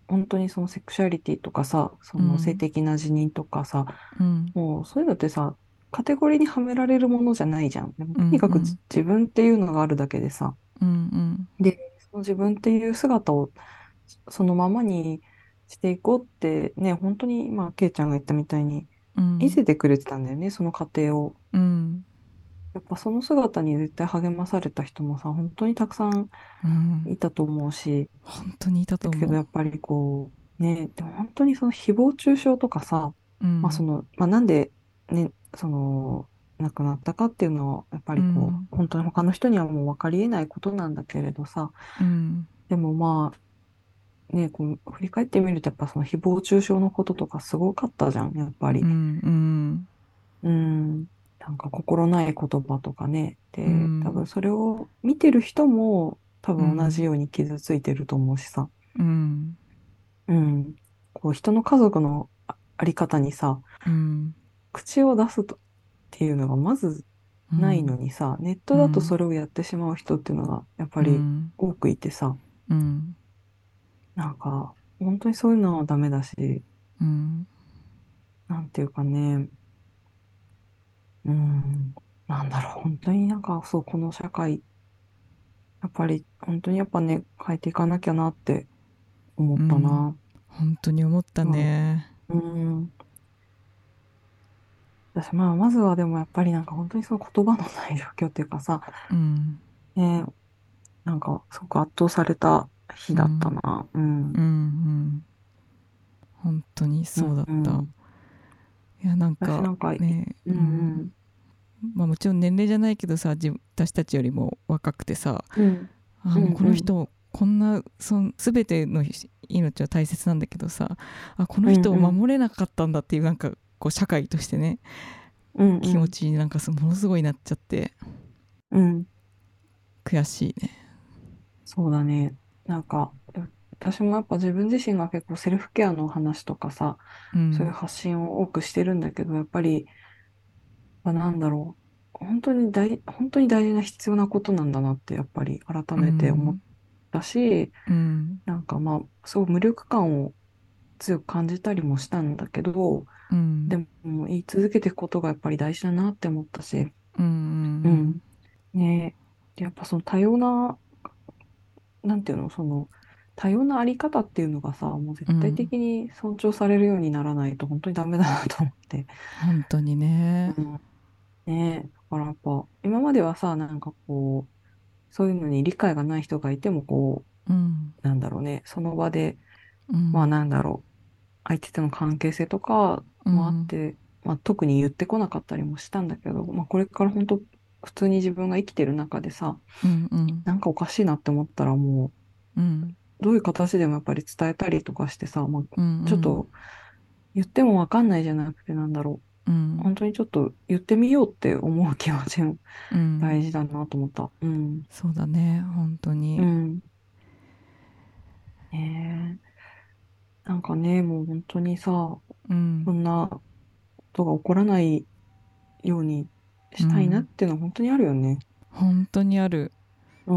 本当にそのセクシュアリティとかさ、その性うん的な自認とかさ、 うんもうそういうのってさ、カテゴリーにはめられるものじゃないじゃん。でもうとにかくん自分っていうのがあるだけでさ、 うんで、その自分っていう姿をそのままにしていこうってね、本当に、まあ、ケイちゃんが言ったみたいに、見うんせてくれてたんだよね、その過程を。 うんやっぱその姿に絶対励まされた人もさ、本当にたくさんうんいたと思うし、 本当にいたとだけ思う。 どやっぱりこう、ね、でも本当にその誹謗中傷とかさ、 うんまあその、まあなんでね、その、亡くなったかっていうのは、やっぱうりこんう、本当に他の人にはもう分かり得ないことなんだけれどさ、 うんでもまあ、ね、こう、振り返ってみると、やっぱその誹謗中傷のこととかすごかったじゃん、やっぱり。 うんうんうん。なんか心ない言葉とかね。 うで、多分んそれを見てる人も多分同じうんように傷ついてると思うしさ。 うんうん。こう人の家族のああり方にさ、 うん口を出すとっていうのがまずないのうんにさ、ネットだとうんそれをやってしまう人っていうのがやっぱうりん多くいてさ、 うんなんか本当にそういうのはダメだし、 うんなんていうかね、うん、なんだろう、本当になんかそう、この社会、やっぱり本当にやっぱね、変えていかなきゃなって思ったな。 本当に思ったまあ、 ね。 うん、私まあ、まずはでもやっぱりなんか本当にその言葉のない状況っていうかさ、 うんね、なんかすごく圧倒された日だったうんな。うん。 うんうん本当にうん、 そうだった。 うん。 いやなんか私なんか、いね、 うん、 うん、 うん、 まあもちろん年齢じゃないけどさ、自分私たちよりも若くてさ、 うん、 あもううん、うん、 この人こんなその全ての命は大切なんだけどさ、あこのうん、 人をうん、 守れなかったんだっていう、なんかこう社会としてね、 うん、 気持うん、 ちになんかものすごいなっちゃってうん、 悔しいね。 そうだね。なんか、私もやっぱ自分自身が結構セルフケアの話とかさ、そういううん発信を多くしてるんだけど、やっぱり、まあ、なんだろう。本当に大、本当に大事な必要なことなんだなって、やっぱり改うめて思っんたし、 うんなんかまあ、すごい無力感を強く感じたりもしたんだけど、 うんでも言い続けていくことがやっぱり大事だなって思ったし、 うんううん。 んねでやっぱその多様な、なんていうの、その、多様なあり方っていうのがさ、もう絶対うん的に尊重されるようにならないと本当にダメだなと思って。 本当にね。 うん。ねだからやっぱ、今まではさ、なんかこう、そういうのに理解がない人がいても、こうんう、なんだろうね、その場で、まあうんなんだろう、相手との関係性とかもあっうんて、まあ特に言ってこなかったりもしたんだけど、まあこれから本当、普通に自分が生きてる中でさ、 うんうんなんかおかしいなって思ったらもうんう、どういう形でもやっぱり伝えたりとかしてさ、まあ、 うんうんちょっと言ってもわかんないじゃなくてなんだろう。 うん本当にちょっと言ってみようって思う気持ちもうん大事だなと思った。うん。 そうだね本当に。 うん。ねえ。なんかね、もう本当にさ、 うんそんなことが起こらないようにしたいなっうんていうのは本当にあるよね。 本当にある。 うん。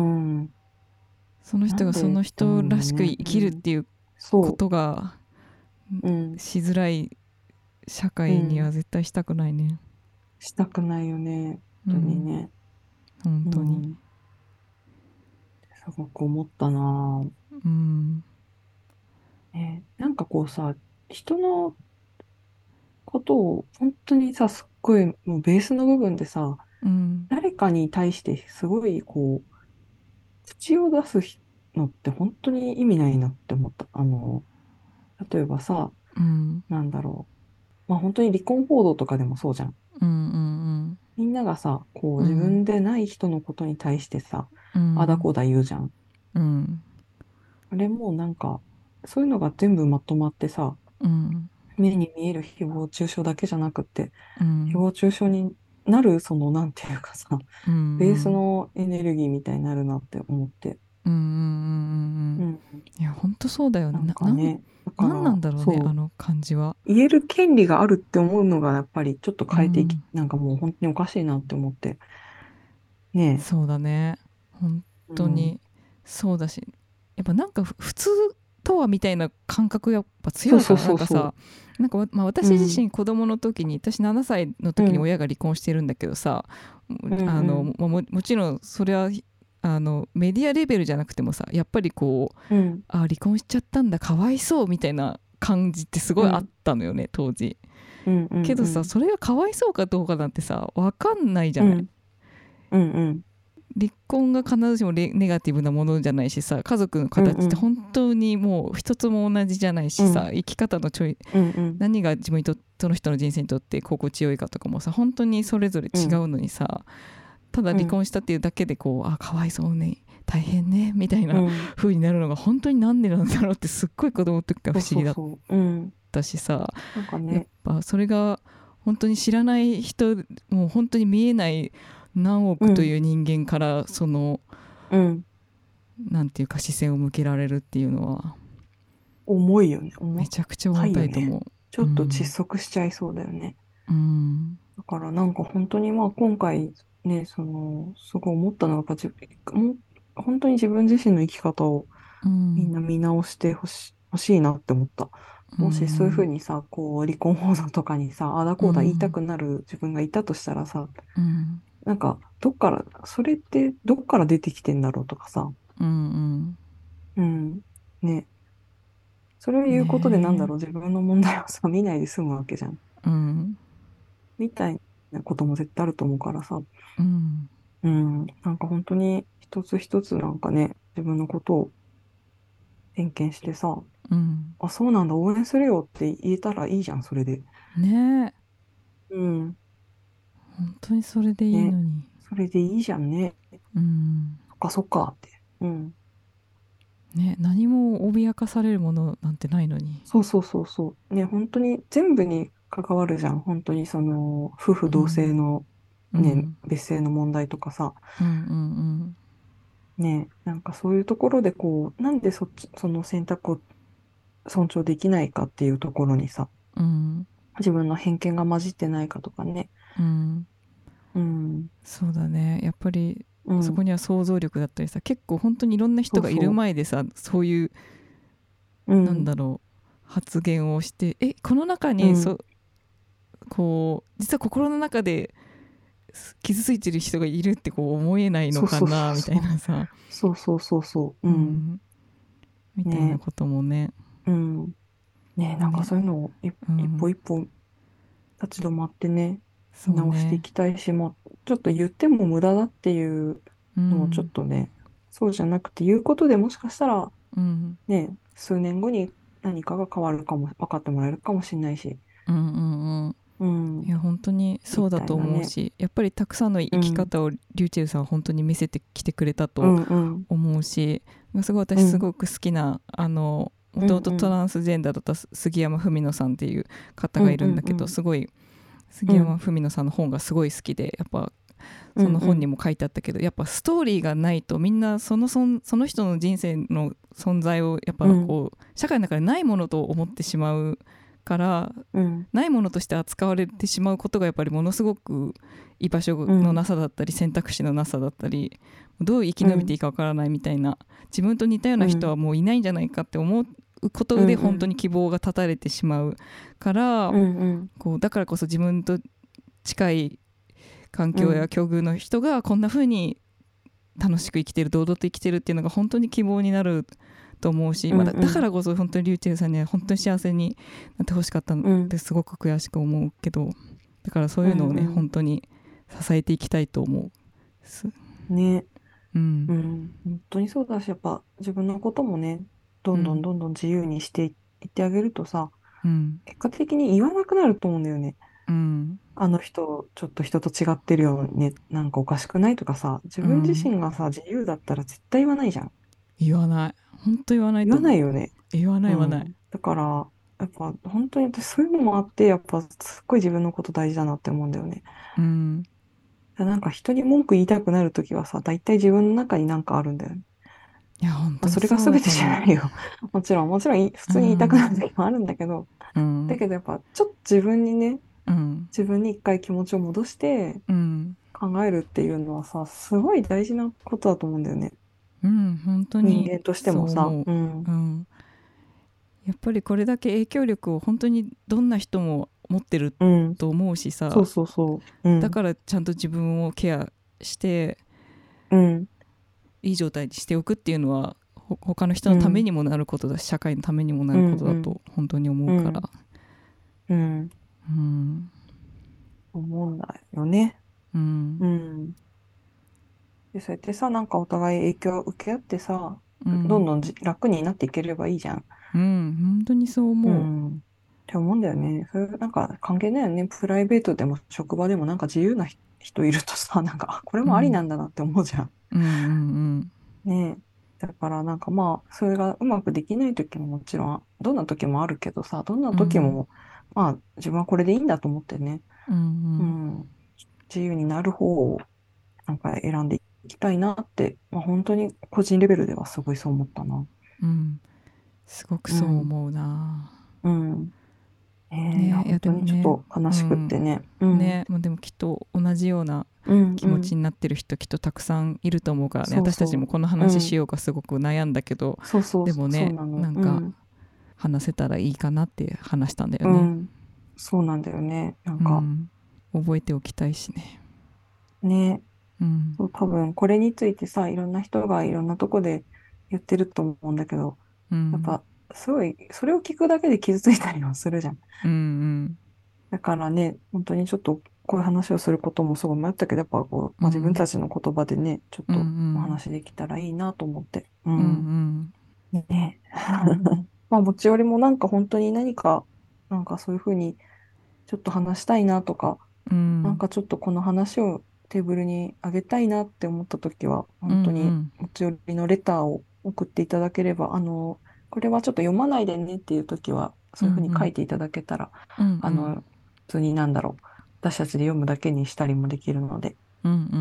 その人がそなんでっのて思う人らしくよね。 生きるっうん。 ていうこそとがう。うん。 しづらい社会にはうん。 絶対したくないね。 したくないよね。本当にうんね。 本当に。 うん。すごく思ったなぁ。 うんね、なんかこうさ、人のことを本当にさ、すっごいもうベースの部分でさ、 うん誰かに対してすごいこう、口を出すのって本当に意味ないなって思った。あの、例えばさ、 うんなんだろう。まあ本当に離婚報道とかでもそうじゃん。 うんうんみんながさ、こう自うん分でない人のことに対してさ、 うあだんこだ言うじゃん。 うんあれもなんか、そういうのが全部まとまってさ、 うん目に見える誹謗中傷だけじゃなくて、 うん誹謗中傷になる、その、なんていうかさ、 うんうベースんのエネルギーみたいになるなって思って。 うんうんうんうん。 いや本当そうだよね。 なんななんかね、だかなんなら、 んだろうね、あそう、 の感じは。 言える権利があるって思うのが、やっぱりちょっとう変えていき、 んなんかもう本当におかしいなって思って。ねそうだね本え。うん。 当にそうだし、やっぱなんかふ普通とはみたいな感覚やっぱ強いから、なんかさ、なんか、まあ、私自身子供の時に、うん、私ななさいの時に親が離婚してるんだけどさ、うん、あのも, も, もちろんそれはあのメディアレベルじゃなくてもさ、やっぱりこう、うん、あ離婚しちゃったんだかわいそうみたいな感じってすごいあったのよね、うん、当時、うんうんうん、けどさ、それがかわいそうかどうかなんてさ分かんないじゃない、うんうんうん、離婚が必ずしもネガティブなものじゃないしさ、家族の形って本当にもう一つも同じじゃないしさ、うん、生き方のちょい、うんうん、何が自分にとその人の人生にとって心地よいかとかもさ本当にそれぞれ違うのにさ、うん、ただ離婚したっていうだけでこう、あかわいそうね大変ねみたいな風になるのが本当になんでなんだろうってすっごい子供の時から不思議だったしさ、なんかね、やっぱそれが本当に知らない人、もう本当に見えない何億という人間からその、うん、なんていうか視線を向けられるっていうのは重いよね。 めちゃくちゃ重たいと思う、ね、 ちょっと窒息しちゃいそうだよね、うん、だからなんか本当にまあ今回ね、そのすごい思ったのはやっぱ本当に自分自身の生き方をみんな見直してほし、欲しいなって思った。もしそういうふうにさ、こう離婚報道とかにさ、あだこうだ言いたくなる自分がいたとしたらさ、うん、なんかどっからそれってどっから出てきてんだろうとかさ、うんうん、うん、ね、それを言うことでなんだろう、自分の問題をさ見ないで済むわけじゃん、うん、みたいなことも絶対あると思うからさ、うん、うん、なんか本当に一つ一つなんかね、自分のことを点検してさ、うん、あ、そうなんだ、応援するよって言えたらいいじゃん、それで。ねえ。うん。本当にそれでいいのに。 ね、それでいいじゃんね。うん。そっかそっかって。うん。 ね、何も脅かされるものなんてないのに。 そうそうそうそう。ね、本当に全部に関わるじゃん。本当にその、夫婦同姓のね、うん、別姓の問題とかさ。うんうんうん。ね、なんかそういうところでこう、なんでそっち、その選択を尊重できないかっていうところにさ、うん、自分の偏見が混じってないかとかね。うん。 うん、そうだね。やっぱり、うん、そこには想像力だったりさ、結構本当にいろんな人がいる前でさ、そうそう、そういう、うん、なんだろう、発言をして、え、この中に、うん、そこう、実は心の中で傷ついてる人がいるってこう思えないのかなみたいなさ、 そうそうそうそう、うん、うん、 みたいなこともね、 ね、うん、ね、なんかそういうのを一、うん、歩一歩立ち止まってね、見直していきたいし、もうちょっと言っても無駄だっていうのをちょっとね、うん、そうじゃなくて言うことでもしかしたら、うん、ね、数年後に何かが変わるかも、分かってもらえるかもしれないし。うんうんうんうん、いや本当にそうだと思うし、ね、やっぱりたくさんの生き方をリューチェルさんは本当に見せてきてくれたと思うし、うんうん、すごい私すごく好きな、うん、あのもともとトランスジェンダーだった杉山文野さんっていう方がいるんだけど、うんうんうん、すごい杉山文野さんの本がすごい好きで、やっぱその本にも書いてあったけど、やっぱストーリーがないとみんなそのそんその人の人生の存在をやっぱこう、うん、社会の中でないものと思ってしまうから、うん、ないものとして扱われてしまうことがやっぱりものすごく居場所のなさだったり、うん、選択肢のなさだったり、どう生き延びていいかわからないみたいな、自分と似たような人はもういないんじゃないかって思うことで本当に希望が絶たれてしまうから、うんうん、こうだからこそ自分と近い環境や境遇の人がこんな風に楽しく生きてる、堂々と生きてるっていうのが本当に希望になると思うし、まあ、だからこそ本当にリューチェルさんには本当に幸せになってほしかったのですごく悔しく思うけど、だからそういうのをね、うんうん、本当に支えていきたいと思うね、うんうん、本当にそうだし、やっぱ自分のこともねどんどんどんどん自由にしていってあげるとさ、うん、結果的に言わなくなると思うんだよね、うん、あの人ちょっと人と違ってるよね、なんかおかしくないとかさ、自分自身がさ、うん、自由だったら絶対言わないじゃん。 言わない、本当言わないと思う。 言わないよね。 言わない言わない、うん、 だからやっぱ本当に私そういうのもあって、やっぱすっごい自分のこと大事だなって思うんだよね。うん。なんか人に文句言いたくなるときはさ、大体自分の中になんかあるんだよね。 いや本当にそれが全てじゃないよ。もちろんもちろん普通に言いたくなる時もあるんだけど、うん、だけどやっぱちょっと自分にね、うん、自分に一回気持ちを戻して考えるっていうのはさ、すごい大事なことだと思うんだよね。 うん、本当に人間としてもさ、 うんうん、 やっぱりこれだけ影響力を本当にどんな人も持ってると思うしさ、 うん、そうそうそう、うん、 だからちゃんと自分をケアして、 うん、いい状態にしておくっていうのは他の人のためにもなることだし、うん、社会のためにもなることだと本当に思うから、 うん、うん、思うんだよね。うん、うん。で、そうやってさ、なんかお互い影響を受け合ってさ、うん、どんどん楽になっていければいいじゃん。 うん、本当にそう思う。うん、 って思うんだよね。それなんか関係ないよね。プライベートでも職場でもなんか自由な人いるとさ、なんかこれもありなんだなって思うじゃん。 うん、うんうんうん、ねえ。だからなんかまあ、それがうまくできない時ももちろん、どんな時もあるけどさ、どんな時も、うん、まあ自分はこれでいいんだと思ってね。うん、うん、自由になる方をなんか選んでいきたいなって、まあ、本当に個人レベルではすごいそう思ったな。 うん、すごくそう思うな。 うん。うんえー、ね、本当にちょっと悲しくってね。 うん、ね、まあ、でもきっと同じような気持ちになってる人きっとたくさんいると思うからね、うんうん、私たちもこの話しようかすごく悩んだけど、うん、でもね、な, なんか話せたらいいかなって話したんだよね。うん、 そうなんだよね。なんか、うん、 覚えておきたいしね。 ね、うん、そう多分これについてさ、いろんな人がいろんなとこで言ってると思うんだけど、うん、やっぱすごいそれを聞くだけで傷ついたりはするじゃん。うんうん、だからね、本当にちょっとこういう話をすることもすごい迷ったけど、やっぱこう、まあ、自分たちの言葉でね、ちょっとお話できたらいいなと思って。うん。うんうん、ねまあ持ち寄りもなんか本当に何か、なんかそういうふうにちょっと話したいなとか、うん、なんかちょっとこの話をテーブルにあげたいなって思った時は、本当に持ち寄りのレターを送っていただければ、あの、これはちょっと読まないでねっていう時は、そういうふうに書いていただけたら、うんうん、あの、普通になんだろう、私たちで読むだけにしたりもできるので、うんうんうん、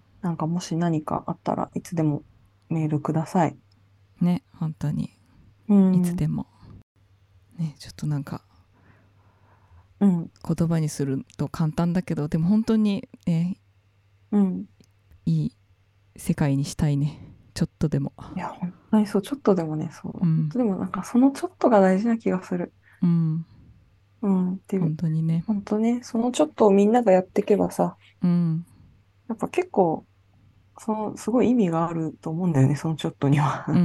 なんかもし何かあったらいつでもメールください。 ね、本当に。いつでも。ね、ちょっとなんか、うん、言葉にすると簡単だけど、でも本当にね、うん、いい世界にしたいね。ちょっとでも。 いや、本当にそう、ちょっとでもね、そう。うん、本当でもなんかそのちょっとが大事な気がする。うん。うん、っていう。 本当にね。 本当ね、そのちょっとをみんながやっていけばさ、うん。やっぱ結構、その、すごい意味があると思うんだよね、そのちょっとには。 うんうん。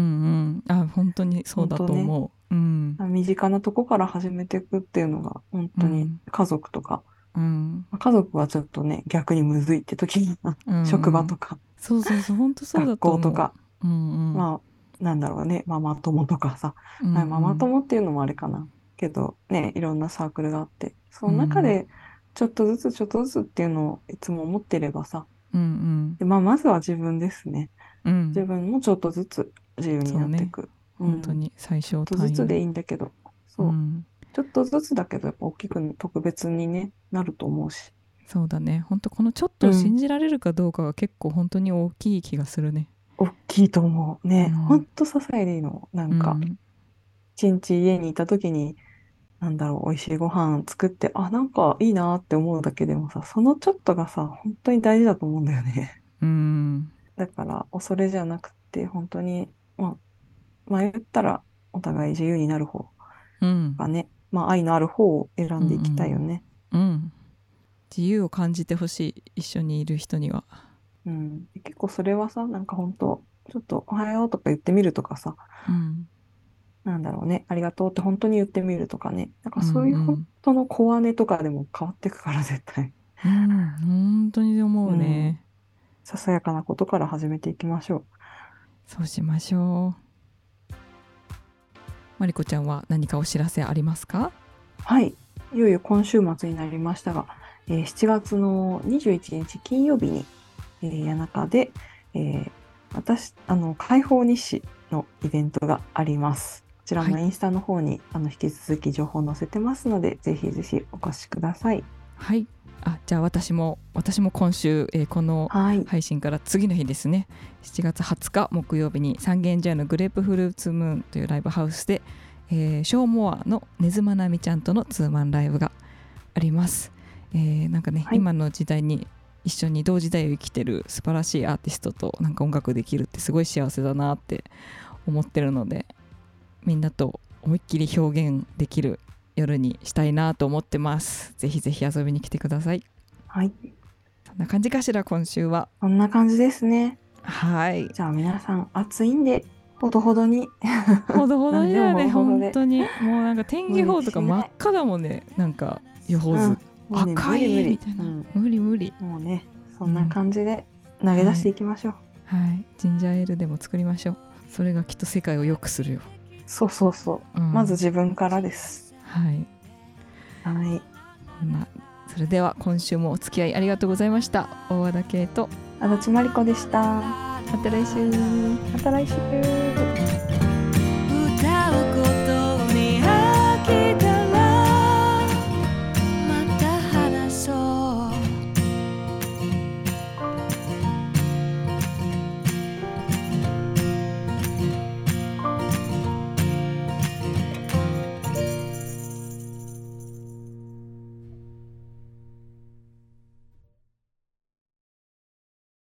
あ、本当にそうだと思う。ね、 うん。身近なとこから始めていくっていうのが、本当に家族とか、うん、家族はちょっとね、逆にむずいって時に、うんうん、職場とか、 そうそうそう、本当そうだと思う。 学校とか、うんうん、まあ、なんだろうね、ママ友とかさ、うんうん、ママ友っていうのもあれかな。けど、ね、いろんなサークルがあって、その中で、ちょっとずつちょっとずつっていうのをいつも思ってればさ、うんうん、でまあ、まずは自分ですね、うん。自分もちょっとずつ自由になっていく。 うん、本当に最小単位。 ちょっとずつでいいんだけど、そう。うん、ちょっとずつだけど、やっぱ大きく特別に、ね、なると思うし。 そうだね。本当このちょっとを信じられるかどうかが結構本当に大きい気がするね。 うん、大きいと思う。ね。うん、本当些細でいいの。なんか、一、うん、日家にいた時に、なんだろう、美味しいご飯作って、あ、なんかいいなって思うだけでもさ、そのちょっとがさ、本当に大事だと思うんだよね。うん。だから、恐れじゃなくて、本当に、まあ、迷ったら、お互い自由になる方がね、うん、まあ、愛のある方を選んでいきたいよね。 うん、うん、自由を感じてほしい、一緒にいる人には。 うん、結構それはさ、なんか本当ちょっとおはようとか言ってみるとかさ、うん、なんだろうね、ありがとうって本当に言ってみるとかね、なんかそういう本当の小姉とかでも変わっていくから絶対。 うん、本当に思うね、 うん。ささやかなことから始めていきましょう。 そうしましょう。まりこちゃんは何かお知らせありますか？ はい、いよいよ今週末になりましたが、えー、しちがつのにじゅういちにち金曜日に、えー、谷中で、えー、私あの解放日誌のイベントがあります。こちらもインスタの方に、はい、あの引き続き情報載せてますので、ぜひぜひお越しください。 はい。あ、じゃあ私も私も今週、えー、この配信から次の日ですね、はい、しちがつはつか木曜日に三軒茶屋のグレープフルーツムーンというライブハウスで、えー、ショーモアの根津まなみちゃんとのツーマンライブがあります。えー、なんかね、はい、今の時代に一緒に同時代を生きてる素晴らしいアーティストとなんか音楽できるってすごい幸せだなって思ってるので、みんなと思いっきり表現できる夜にしたいなと思ってます。ぜひぜひ遊びに来てください。 はい。 そんな感じかしら、今週は。 こんな感じですね。 はい。 じゃあ皆さん暑いんでほどほどに。 ほどほどにだよね、本当に。もうなんか天気予報とか真っ赤だもんね。なんか予報図、うん、赤いみたいな、うん、無理無理。 もうね、そんな感じで投げ出していきましょう。 はい、はい、ジンジャーエールでも作りましょう。それがきっと世界を良くするよ。 そうそうそう、うん、まず自分からです。 はいはい、 まあ、それでは今週もお付き合いありがとうございました。大和田圭と足立真理子でした。 また来週。 また来週。